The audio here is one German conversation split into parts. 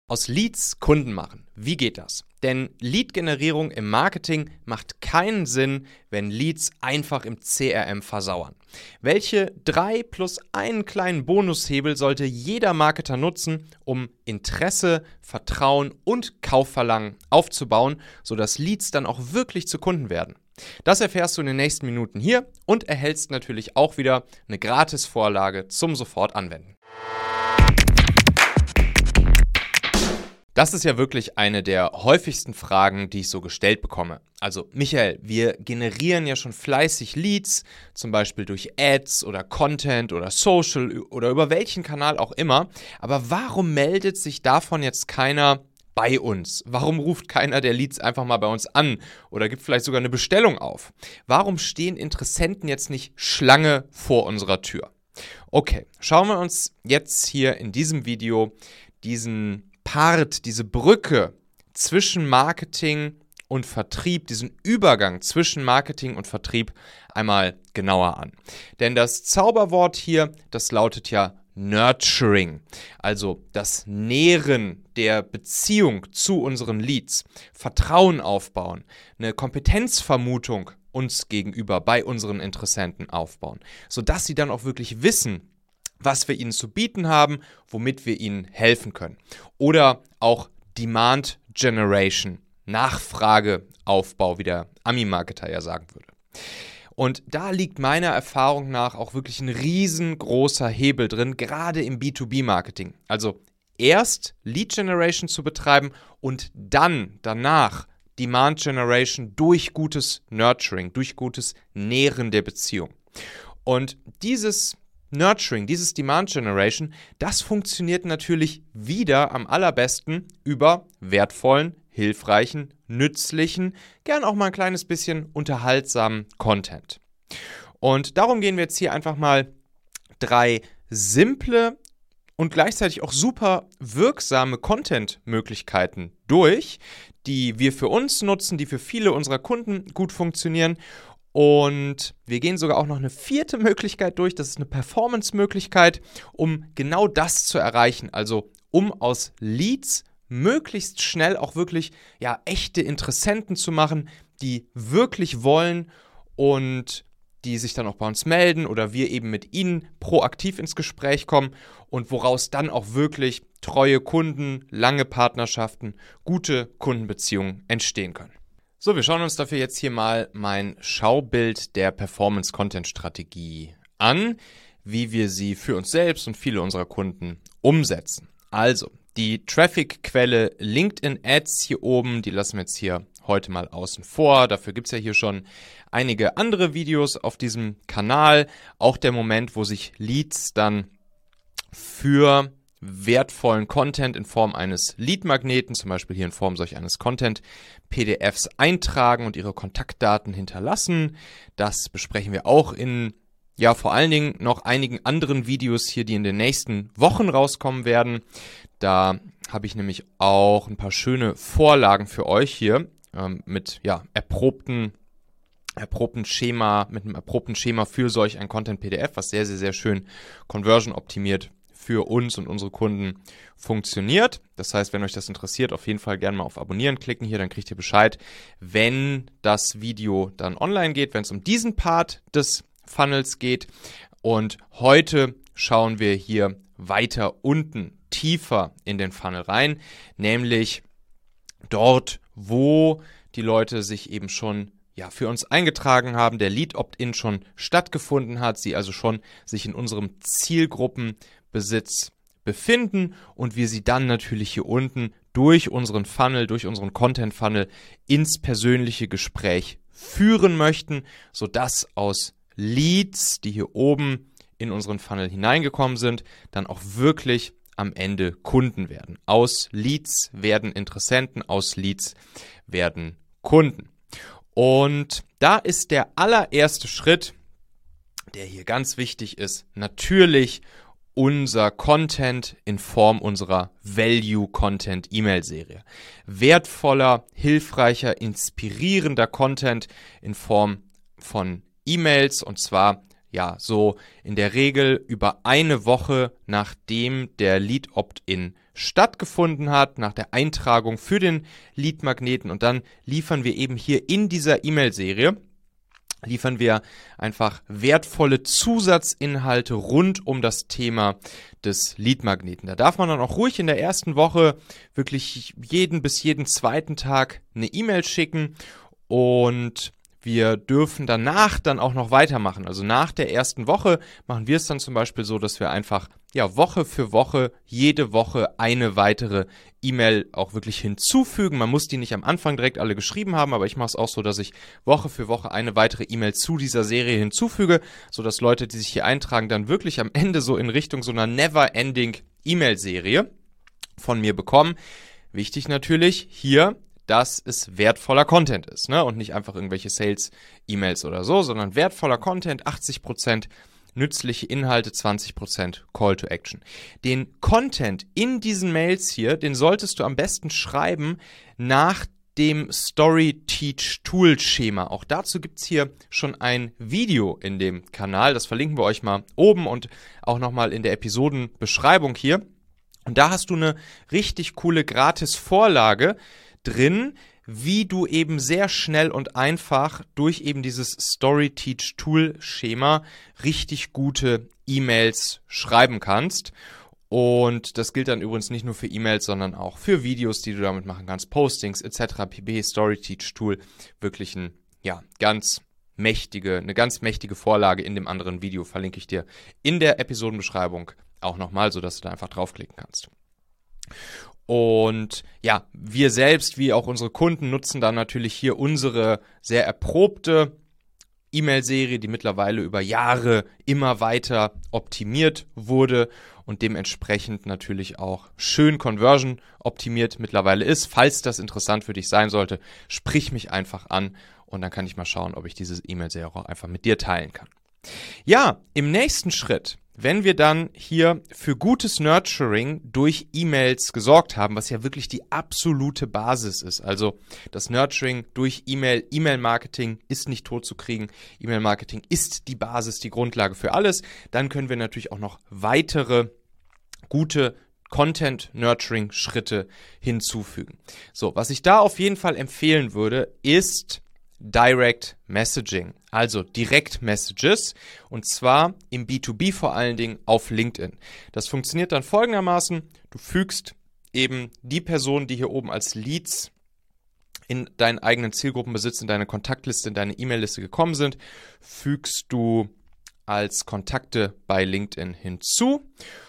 Aus Leads Kunden machen. Wie geht das? Denn Lead-Generierung im Marketing macht keinen Sinn, wenn Leads einfach im CRM versauern. Welche 3 plus einen kleinen Bonushebel sollte jeder Marketer nutzen, um Interesse, Vertrauen und Kaufverlangen aufzubauen, sodass Leads dann auch wirklich zu Kunden werden? Das erfährst du in den nächsten Minuten hier und erhältst natürlich auch wieder eine Gratis-Vorlage zum sofort anwenden. Das ist ja wirklich eine der häufigsten Fragen, die ich so gestellt bekomme. Also Michael, wir generieren ja schon fleißig Leads, zum Beispiel durch Ads oder Content oder Social oder über welchen Kanal auch immer. Aber warum meldet sich davon jetzt keiner bei uns? Warum ruft keiner der Leads einfach mal bei uns an oder gibt vielleicht sogar eine Bestellung auf? Warum stehen Interessenten jetzt nicht Schlange vor unserer Tür? Okay, schauen wir uns jetzt hier in diesem Video diesen Part, diese Brücke zwischen Marketing und Vertrieb, diesen Übergang zwischen Marketing und Vertrieb einmal genauer an. Denn das Zauberwort hier, das lautet ja Nurturing, also das Nähren der Beziehung zu unseren Leads, Vertrauen aufbauen, eine Kompetenzvermutung uns gegenüber bei unseren Interessenten aufbauen, sodass sie dann auch wirklich wissen, was wir ihnen zu bieten haben, womit wir ihnen helfen können. Oder auch Demand Generation, Nachfrageaufbau, wie der Ami-Marketer ja sagen würde. Und da liegt meiner Erfahrung nach auch wirklich ein riesengroßer Hebel drin, gerade im B2B-Marketing. Also erst Lead Generation zu betreiben und dann danach Demand Generation durch gutes Nurturing, durch gutes Nähren der Beziehung. Und dieses Nurturing, dieses Demand Generation, das funktioniert natürlich wieder am allerbesten über wertvollen, hilfreichen, nützlichen, gern auch mal ein kleines bisschen unterhaltsamen Content. Und darum gehen wir jetzt hier einfach mal 3 simple und gleichzeitig auch super wirksame Content-Möglichkeiten durch, die wir für uns nutzen, die für viele unserer Kunden gut funktionieren. Und wir gehen sogar auch noch eine 4. Möglichkeit durch, das ist eine Performance-Möglichkeit, um genau das zu erreichen, also um aus Leads möglichst schnell auch wirklich echte Interessenten zu machen, die wirklich wollen und die sich dann auch bei uns melden oder wir eben mit ihnen proaktiv ins Gespräch kommen und woraus dann auch wirklich treue Kunden, lange Partnerschaften, gute Kundenbeziehungen entstehen können. So, wir schauen uns dafür jetzt hier mal mein Schaubild der Performance-Content-Strategie an, wie wir sie für uns selbst und viele unserer Kunden umsetzen. Also, die Traffic-Quelle LinkedIn Ads hier oben, die lassen wir jetzt hier heute mal außen vor. Dafür gibt es ja hier schon einige andere Videos auf diesem Kanal. Auch der Moment, wo sich Leads dann für wertvollen Content in Form eines Lead-Magneten, zum Beispiel hier in Form solch eines Content-PDFs eintragen und ihre Kontaktdaten hinterlassen. Das besprechen wir auch in, vor allen Dingen noch einigen anderen Videos hier, die in den nächsten Wochen rauskommen werden. Da habe ich nämlich auch ein paar schöne Vorlagen für euch hier mit erprobten Schema, mit einem erprobten Schema für solch ein Content-PDF, was sehr, sehr, sehr schön conversion optimiert für uns und unsere Kunden funktioniert. Das heißt, wenn euch das interessiert, auf jeden Fall gerne mal auf Abonnieren klicken hier, dann kriegt ihr Bescheid, wenn das Video dann online geht, wenn es um diesen Part des Funnels geht. Und heute schauen wir hier weiter unten, tiefer in den Funnel rein, nämlich dort, wo die Leute sich eben schon für uns eingetragen haben, der Lead-Opt-in schon stattgefunden hat, sie also schon sich in unserem Zielgruppenbesitz befinden und wir sie dann natürlich hier unten durch unseren Funnel, durch unseren Content-Funnel ins persönliche Gespräch führen möchten, sodass aus Leads, die hier oben in unseren Funnel hineingekommen sind, dann auch wirklich am Ende Kunden werden. Aus Leads werden Interessenten, aus Leads werden Kunden. Und da ist der allererste Schritt, der hier ganz wichtig ist, natürlich unser Content in Form unserer Value-Content-E-Mail-Serie. Wertvoller, hilfreicher, inspirierender Content in Form von E-Mails und zwar so in der Regel über eine Woche, nachdem der Lead-Opt-in stattgefunden hat, nach der Eintragung für den Lead-Magneten. Und dann liefern wir eben hier in dieser E-Mail-Serie einfach wertvolle Zusatzinhalte rund um das Thema des Lead-Magneten. Da darf man dann auch ruhig in der ersten Woche wirklich jeden zweiten Tag eine E-Mail schicken und wir dürfen danach dann auch noch weitermachen. Also nach der ersten Woche machen wir es dann zum Beispiel so, dass wir einfach Woche für Woche, jede Woche eine weitere E-Mail auch wirklich hinzufügen. Man muss die nicht am Anfang direkt alle geschrieben haben, aber ich mache es auch so, dass ich Woche für Woche eine weitere E-Mail zu dieser Serie hinzufüge, sodass Leute, die sich hier eintragen, dann wirklich am Ende so in Richtung so einer never-ending E-Mail-Serie von mir bekommen. Wichtig natürlich hier, dass es wertvoller Content ist, ne? Und nicht einfach irgendwelche Sales-E-Mails oder so, sondern wertvoller Content, 80% nützliche Inhalte, 20% Call to Action. Den Content in diesen Mails hier, den solltest du am besten schreiben nach dem Story-Teach-Tool-Schema. Auch dazu gibt es hier schon ein Video in dem Kanal, das verlinken wir euch mal oben und auch nochmal in der Episodenbeschreibung hier. Und da hast du eine richtig coole Gratis-Vorlage drin, wie du eben sehr schnell und einfach durch eben dieses Story-Teach-Tool-Schema richtig gute E-Mails schreiben kannst. Und das gilt dann übrigens nicht nur für E-Mails, sondern auch für Videos, die du damit machen kannst, Postings etc. pp. Story-Teach-Tool, wirklich eine ganz mächtige Vorlage in dem anderen Video, verlinke ich dir in der Episodenbeschreibung auch nochmal, sodass du da einfach draufklicken kannst. Und wir selbst, wie auch unsere Kunden, nutzen dann natürlich hier unsere sehr erprobte E-Mail-Serie, die mittlerweile über Jahre immer weiter optimiert wurde und dementsprechend natürlich auch schön Conversion optimiert mittlerweile ist. Falls das interessant für dich sein sollte, sprich mich einfach an und dann kann ich mal schauen, ob ich diese E-Mail-Serie auch einfach mit dir teilen kann. Ja, im nächsten Schritt, wenn wir dann hier für gutes Nurturing durch E-Mails gesorgt haben, was ja wirklich die absolute Basis ist, also das Nurturing durch E-Mail-Marketing ist nicht tot zu kriegen, E-Mail-Marketing ist die Basis, die Grundlage für alles, dann können wir natürlich auch noch weitere gute Content-Nurturing-Schritte hinzufügen. So, was ich da auf jeden Fall empfehlen würde, ist Direct Messaging, also Direct-Messages, und zwar im B2B vor allen Dingen auf LinkedIn. Das funktioniert dann folgendermaßen: Du fügst eben die Personen, die hier oben als Leads in deinen eigenen Zielgruppenbesitz, in deine Kontaktliste, in deine E-Mail-Liste gekommen sind, fügst du als Kontakte bei LinkedIn hinzu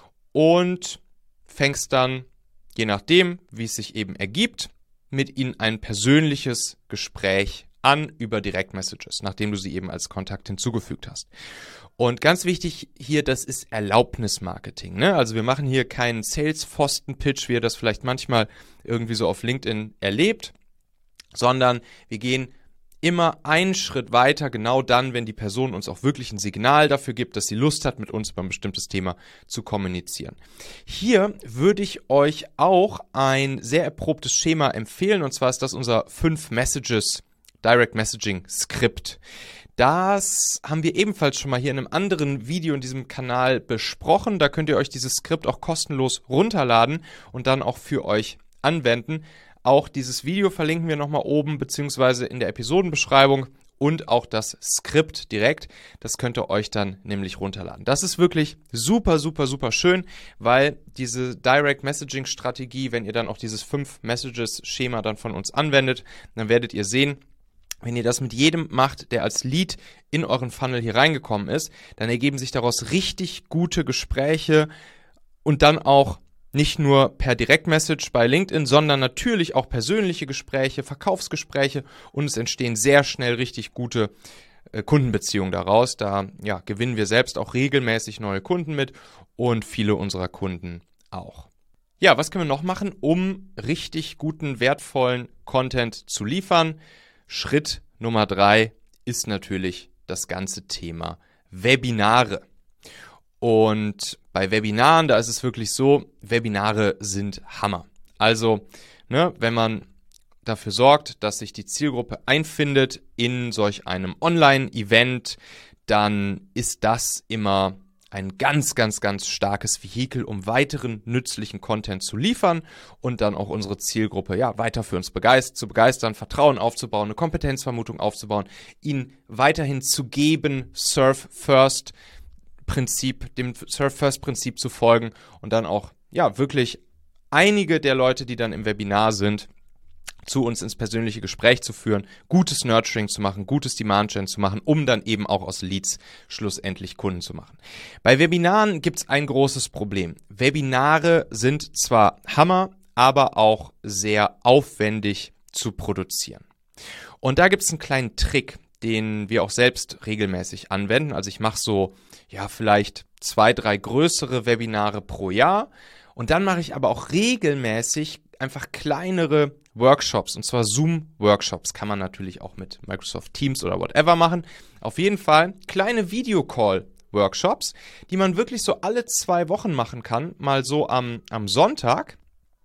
und fängst dann, je nachdem, wie es sich eben ergibt, mit ihnen ein persönliches Gespräch an über Direct Messages, nachdem du sie eben als Kontakt hinzugefügt hast. Und ganz wichtig hier, das ist Erlaubnismarketing, ne? Also wir machen hier keinen Sales-Pfosten-Pitch, wie ihr das vielleicht manchmal irgendwie so auf LinkedIn erlebt, sondern wir gehen immer einen Schritt weiter, genau dann, wenn die Person uns auch wirklich ein Signal dafür gibt, dass sie Lust hat, mit uns über ein bestimmtes Thema zu kommunizieren. Hier würde ich euch auch ein sehr erprobtes Schema empfehlen, und zwar ist das unser 5 Messages Direct Messaging Skript. Das haben wir ebenfalls schon mal hier in einem anderen Video in diesem Kanal besprochen. Da könnt ihr euch dieses Skript auch kostenlos runterladen und dann auch für euch anwenden. Auch dieses Video verlinken wir nochmal oben beziehungsweise in der Episodenbeschreibung und auch das Skript direkt. Das könnt ihr euch dann nämlich runterladen. Das ist wirklich super, super, super schön, weil diese Direct Messaging Strategie, wenn ihr dann auch dieses 5 Messages Schema dann von uns anwendet, dann werdet ihr sehen, wenn ihr das mit jedem macht, der als Lead in euren Funnel hier reingekommen ist, dann ergeben sich daraus richtig gute Gespräche und dann auch nicht nur per Direktmessage bei LinkedIn, sondern natürlich auch persönliche Gespräche, Verkaufsgespräche, und es entstehen sehr schnell richtig gute Kundenbeziehungen daraus. Da gewinnen wir selbst auch regelmäßig neue Kunden mit und viele unserer Kunden auch. Ja, was können wir noch machen, um richtig guten, wertvollen Content zu liefern? Schritt Nummer 3 ist natürlich das ganze Thema Webinare. Und bei Webinaren, da ist es wirklich so, Webinare sind Hammer. Also, wenn man dafür sorgt, dass sich die Zielgruppe einfindet in solch einem Online-Event, dann ist das immer ein ganz, ganz, ganz starkes Vehikel, um weiteren nützlichen Content zu liefern und dann auch unsere Zielgruppe weiter für uns zu begeistern, Vertrauen aufzubauen, eine Kompetenzvermutung aufzubauen, ihnen weiterhin zu geben, dem Serve-First-Prinzip zu folgen und dann auch wirklich einige der Leute, die dann im Webinar sind, zu uns ins persönliche Gespräch zu führen, gutes Nurturing zu machen, gutes Demand-Gen zu machen, um dann eben auch aus Leads schlussendlich Kunden zu machen. Bei Webinaren gibt es ein großes Problem. Webinare sind zwar Hammer, aber auch sehr aufwendig zu produzieren. Und da gibt es einen kleinen Trick, den wir auch selbst regelmäßig anwenden. Also ich mache so, vielleicht 2, 3 größere Webinare pro Jahr. Und dann mache ich aber auch regelmäßig einfach kleinere Workshops, und zwar Zoom-Workshops. Kann man natürlich auch mit Microsoft Teams oder whatever machen. Auf jeden Fall kleine Videocall-Workshops, die man wirklich so alle 2 Wochen machen kann, mal so am Sonntag.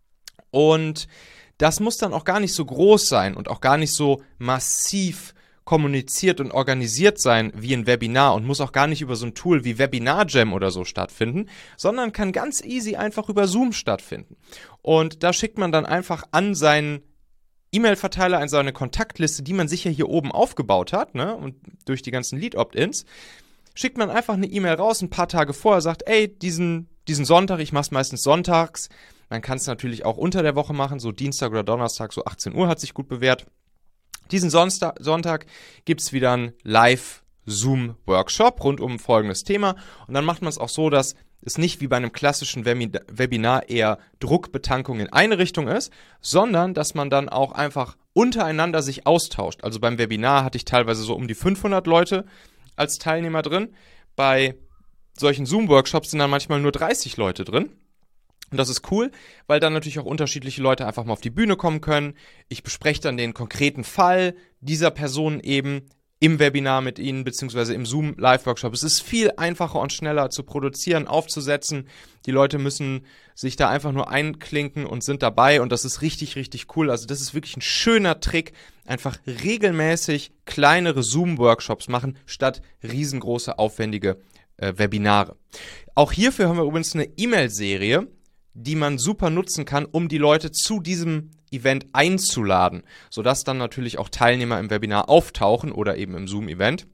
Und das muss dann auch gar nicht so groß sein und auch gar nicht so massiv kommuniziert und organisiert sein wie ein Webinar und muss auch gar nicht über so ein Tool wie Webinar Jam oder so stattfinden, sondern kann ganz easy einfach über Zoom stattfinden. Und da schickt man dann einfach an seinen E-Mail-Verteiler, an seine Kontaktliste, die man sicher hier oben aufgebaut hat, ne, und durch die ganzen Lead-Opt-ins, schickt man einfach eine E-Mail raus, ein paar Tage vorher, sagt, ey, diesen Sonntag, ich mache es meistens sonntags, man kann es natürlich auch unter der Woche machen, so Dienstag oder Donnerstag, so 18 Uhr hat sich gut bewährt. Diesen Sonntag gibt es wieder einen Live-Zoom-Workshop rund um folgendes Thema. Und dann macht man es auch so, dass es nicht wie bei einem klassischen Webinar eher Druckbetankung in eine Richtung ist, sondern dass man dann auch einfach untereinander sich austauscht. Also beim Webinar hatte ich teilweise so um die 500 Leute als Teilnehmer drin. Bei solchen Zoom-Workshops sind dann manchmal nur 30 Leute drin. Und das ist cool, weil dann natürlich auch unterschiedliche Leute einfach mal auf die Bühne kommen können. Ich bespreche dann den konkreten Fall dieser Person eben im Webinar mit Ihnen, beziehungsweise im Zoom-Live-Workshop. Es ist viel einfacher und schneller zu produzieren, aufzusetzen. Die Leute müssen sich da einfach nur einklinken und sind dabei. Und das ist richtig, richtig cool. Also das ist wirklich ein schöner Trick. Einfach regelmäßig kleinere Zoom-Workshops machen, statt riesengroße, aufwendige Webinare. Auch hierfür haben wir übrigens eine E-Mail-Serie, die man super nutzen kann, um die Leute zu diesem Event einzuladen, sodass dann natürlich auch Teilnehmer im Webinar auftauchen oder eben im Zoom-Event.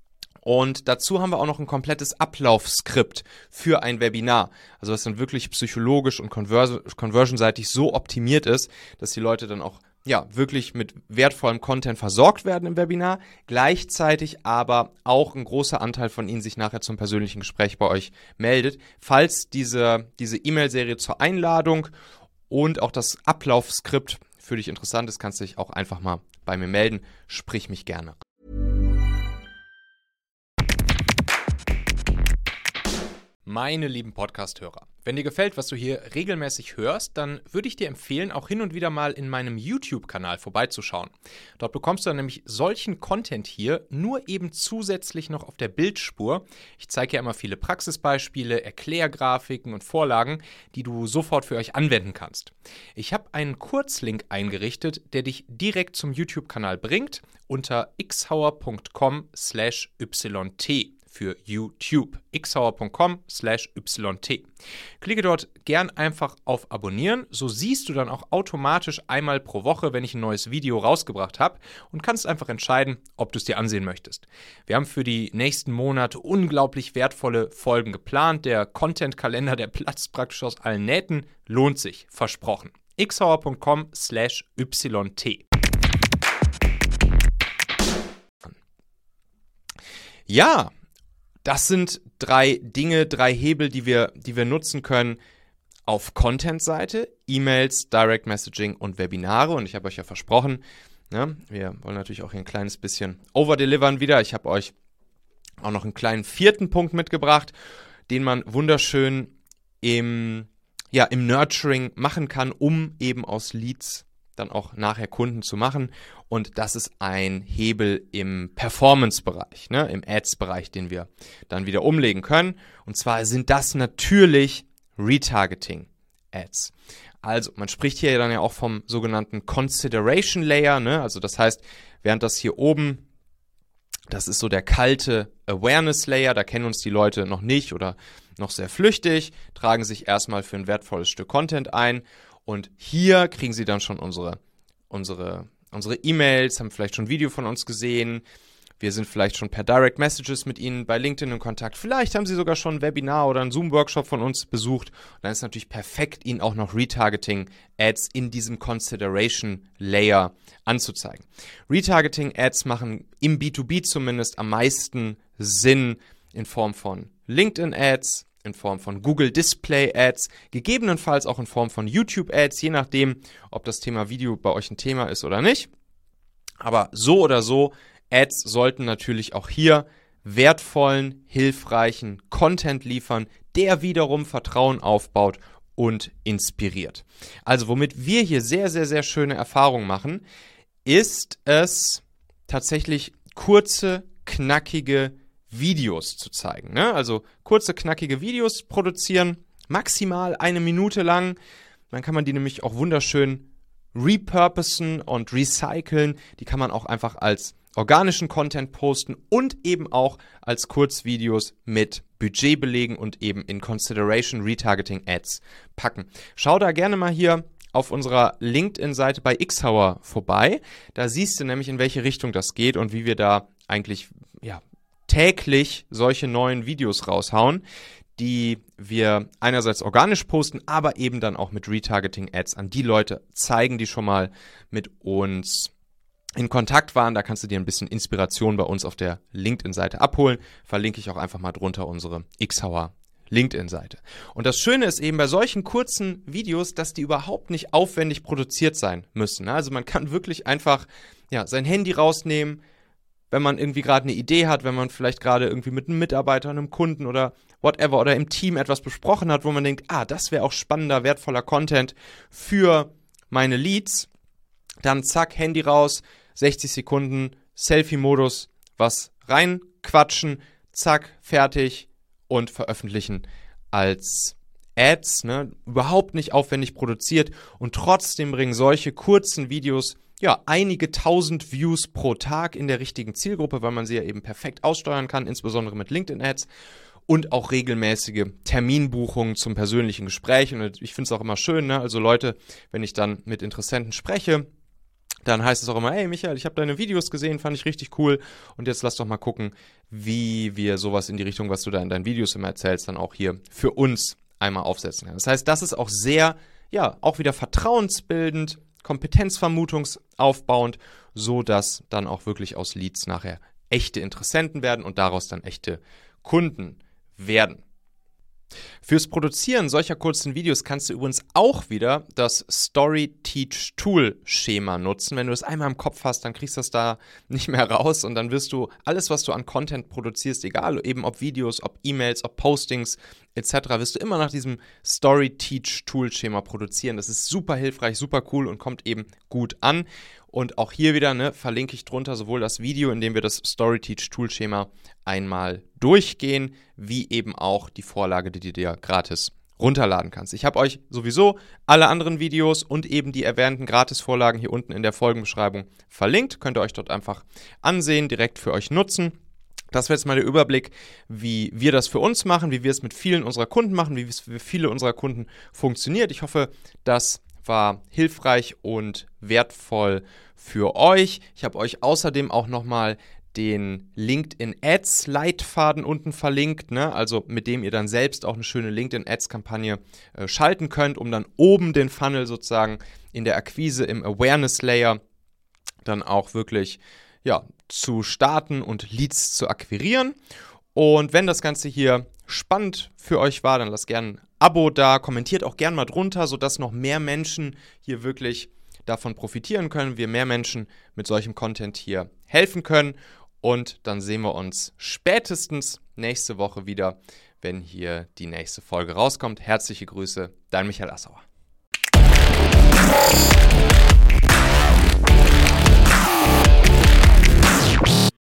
Und dazu haben wir auch noch ein komplettes Ablaufskript für ein Webinar, also was dann wirklich psychologisch und conversionseitig so optimiert ist, dass die Leute dann auch wirklich mit wertvollem Content versorgt werden im Webinar, gleichzeitig aber auch ein großer Anteil von Ihnen sich nachher zum persönlichen Gespräch bei euch meldet. Falls diese E-Mail-Serie zur Einladung und auch das Ablaufskript für dich interessant ist, kannst du dich auch einfach mal bei mir melden. Sprich mich gerne. Meine lieben Podcast-Hörer, wenn dir gefällt, was du hier regelmäßig hörst, dann würde ich dir empfehlen, auch hin und wieder mal in meinem YouTube-Kanal vorbeizuschauen. Dort bekommst du dann nämlich solchen Content hier nur eben zusätzlich noch auf der Bildspur. Ich zeige ja immer viele Praxisbeispiele, Erklärgrafiken und Vorlagen, die du sofort für euch anwenden kannst. Ich habe einen Kurzlink eingerichtet, der dich direkt zum YouTube-Kanal bringt unter xhauer.com/yt. für YouTube. xhauer.com/yt. Klicke dort gern einfach auf Abonnieren, so siehst du dann auch automatisch einmal pro Woche, wenn ich ein neues Video rausgebracht habe und kannst einfach entscheiden, ob du es dir ansehen möchtest. Wir haben für die nächsten Monate unglaublich wertvolle Folgen geplant. Der Content-Kalender, der platzt praktisch aus allen Nähten, lohnt sich, versprochen. xhauer.com/yt. Ja, das sind 3 Dinge, 3 Hebel, die wir nutzen können auf Content-Seite, E-Mails, Direct Messaging und Webinare. Und ich habe euch ja versprochen, ne, wir wollen natürlich auch hier ein kleines bisschen overdelivern wieder. Ich habe euch auch noch einen kleinen 4. Punkt mitgebracht, den man wunderschön im Nurturing machen kann, um eben aus Leads dann auch nachher Kunden zu machen. Und das ist ein Hebel im Performance-Bereich, ne, im Ads-Bereich, den wir dann wieder umlegen können. Und zwar sind das natürlich Retargeting-Ads. Also man spricht hier dann ja auch vom sogenannten Consideration Layer, ne? Also das heißt, während das hier oben Das ist so der kalte Awareness-Layer, da kennen uns die Leute noch nicht oder noch sehr flüchtig, tragen sich erstmal für ein wertvolles Stück Content ein und hier kriegen sie dann schon unsere E-Mails, haben vielleicht schon ein Video von uns gesehen, wir sind vielleicht schon per Direct Messages mit ihnen bei LinkedIn in Kontakt, vielleicht haben sie sogar schon ein Webinar oder einen Zoom-Workshop von uns besucht und dann ist es natürlich perfekt, ihnen auch noch Retargeting-Ads in diesem Consideration-Layer anzuzeigen. Retargeting-Ads machen im B2B zumindest am meisten Sinn in Form von LinkedIn-Ads, in Form von Google Display-Ads, gegebenenfalls auch in Form von YouTube-Ads, je nachdem, ob das Thema Video bei euch ein Thema ist oder nicht. Aber so oder so, Ads sollten natürlich auch hier wertvollen, hilfreichen Content liefern, der wiederum Vertrauen aufbaut und inspiriert. Also womit wir hier sehr, sehr, sehr schöne Erfahrungen machen, ist es tatsächlich kurze, knackige Videos zu zeigen. Ne? Also kurze, knackige Videos produzieren, maximal 1 Minute lang. Dann kann man die nämlich auch wunderschön repurposen und recyceln. Die kann man auch einfach als organischen Content posten und eben auch als Kurzvideos mit Budget belegen und eben in Consideration Retargeting Ads packen. Schau da gerne mal hier auf unserer LinkedIn-Seite bei Xhauer vorbei. Da siehst du nämlich, in welche Richtung das geht und wie wir da eigentlich täglich solche neuen Videos raushauen, die wir einerseits organisch posten, aber eben dann auch mit Retargeting-Ads an die Leute zeigen, die schon mal mit uns in Kontakt waren. Da kannst du dir ein bisschen Inspiration bei uns auf der LinkedIn-Seite abholen. Verlinke ich auch einfach mal drunter unsere Xhauer LinkedIn-Seite. Und das Schöne ist eben bei solchen kurzen Videos, dass die überhaupt nicht aufwendig produziert sein müssen. Also man kann wirklich einfach sein Handy rausnehmen, wenn man irgendwie gerade eine Idee hat, wenn man vielleicht gerade irgendwie mit einem Mitarbeiter, einem Kunden oder whatever oder im Team etwas besprochen hat, wo man denkt, das wäre auch spannender, wertvoller Content für meine Leads. Dann zack, Handy raus, 60 Sekunden, Selfie-Modus, was reinquatschen, zack, fertig und veröffentlichen als Ads, ne? Überhaupt nicht aufwendig produziert und trotzdem bringen solche kurzen Videos einige tausend Views pro Tag in der richtigen Zielgruppe, weil man sie ja eben perfekt aussteuern kann, insbesondere mit LinkedIn-Ads und auch regelmäßige Terminbuchungen zum persönlichen Gespräch. Und ich finde es auch immer schön, ne? Also Leute, wenn ich dann mit Interessenten spreche, dann heißt es auch immer, hey Michael, ich habe deine Videos gesehen, fand ich richtig cool und jetzt lass doch mal gucken, wie wir sowas in die Richtung, was du da in deinen Videos immer erzählst, dann auch hier für uns einmal aufsetzen können. Das heißt, das ist auch sehr, auch wieder vertrauensbildend, kompetenzvermutungsaufbauend, so dass dann auch wirklich aus Leads nachher echte Interessenten werden und daraus dann echte Kunden werden. Fürs Produzieren solcher kurzen Videos kannst du übrigens auch wieder das Story-Teach-Tool-Schema nutzen. Wenn du das einmal im Kopf hast, dann kriegst du das da nicht mehr raus und dann wirst du alles, was du an Content produzierst, egal eben ob Videos, ob E-Mails, ob Postings etc., wirst du immer nach diesem Story-Teach-Tool-Schema produzieren. Das ist super hilfreich, super cool und kommt eben gut an. Und auch hier wieder verlinke ich drunter sowohl das Video, in dem wir das Story-Teach-Tool-Schema einmal durchgehen, wie eben auch die Vorlage, die du dir gratis runterladen kannst. Ich habe euch sowieso alle anderen Videos und eben die erwähnten Gratis-Vorlagen hier unten in der Folgenbeschreibung verlinkt. Könnt ihr euch dort einfach ansehen, direkt für euch nutzen. Das wäre jetzt mal der Überblick, wie wir das für uns machen, wie wir es mit vielen unserer Kunden machen, wie es für viele unserer Kunden funktioniert. Ich hoffe, das war hilfreich und wertvoll für euch. Ich habe euch außerdem auch nochmal den LinkedIn-Ads-Leitfaden unten verlinkt, also mit dem ihr dann selbst auch eine schöne LinkedIn-Ads-Kampagne schalten könnt, um dann oben den Funnel sozusagen in der Akquise, im Awareness-Layer dann auch wirklich zu starten und Leads zu akquirieren. Und wenn das Ganze hier spannend für euch war, dann lasst gerne ein Abo da, kommentiert auch gerne mal drunter, sodass noch mehr Menschen hier wirklich davon profitieren können, wir mehr Menschen mit solchem Content hier helfen können. Und dann sehen wir uns spätestens nächste Woche wieder, wenn hier die nächste Folge rauskommt. Herzliche Grüße, dein Michael Assauer.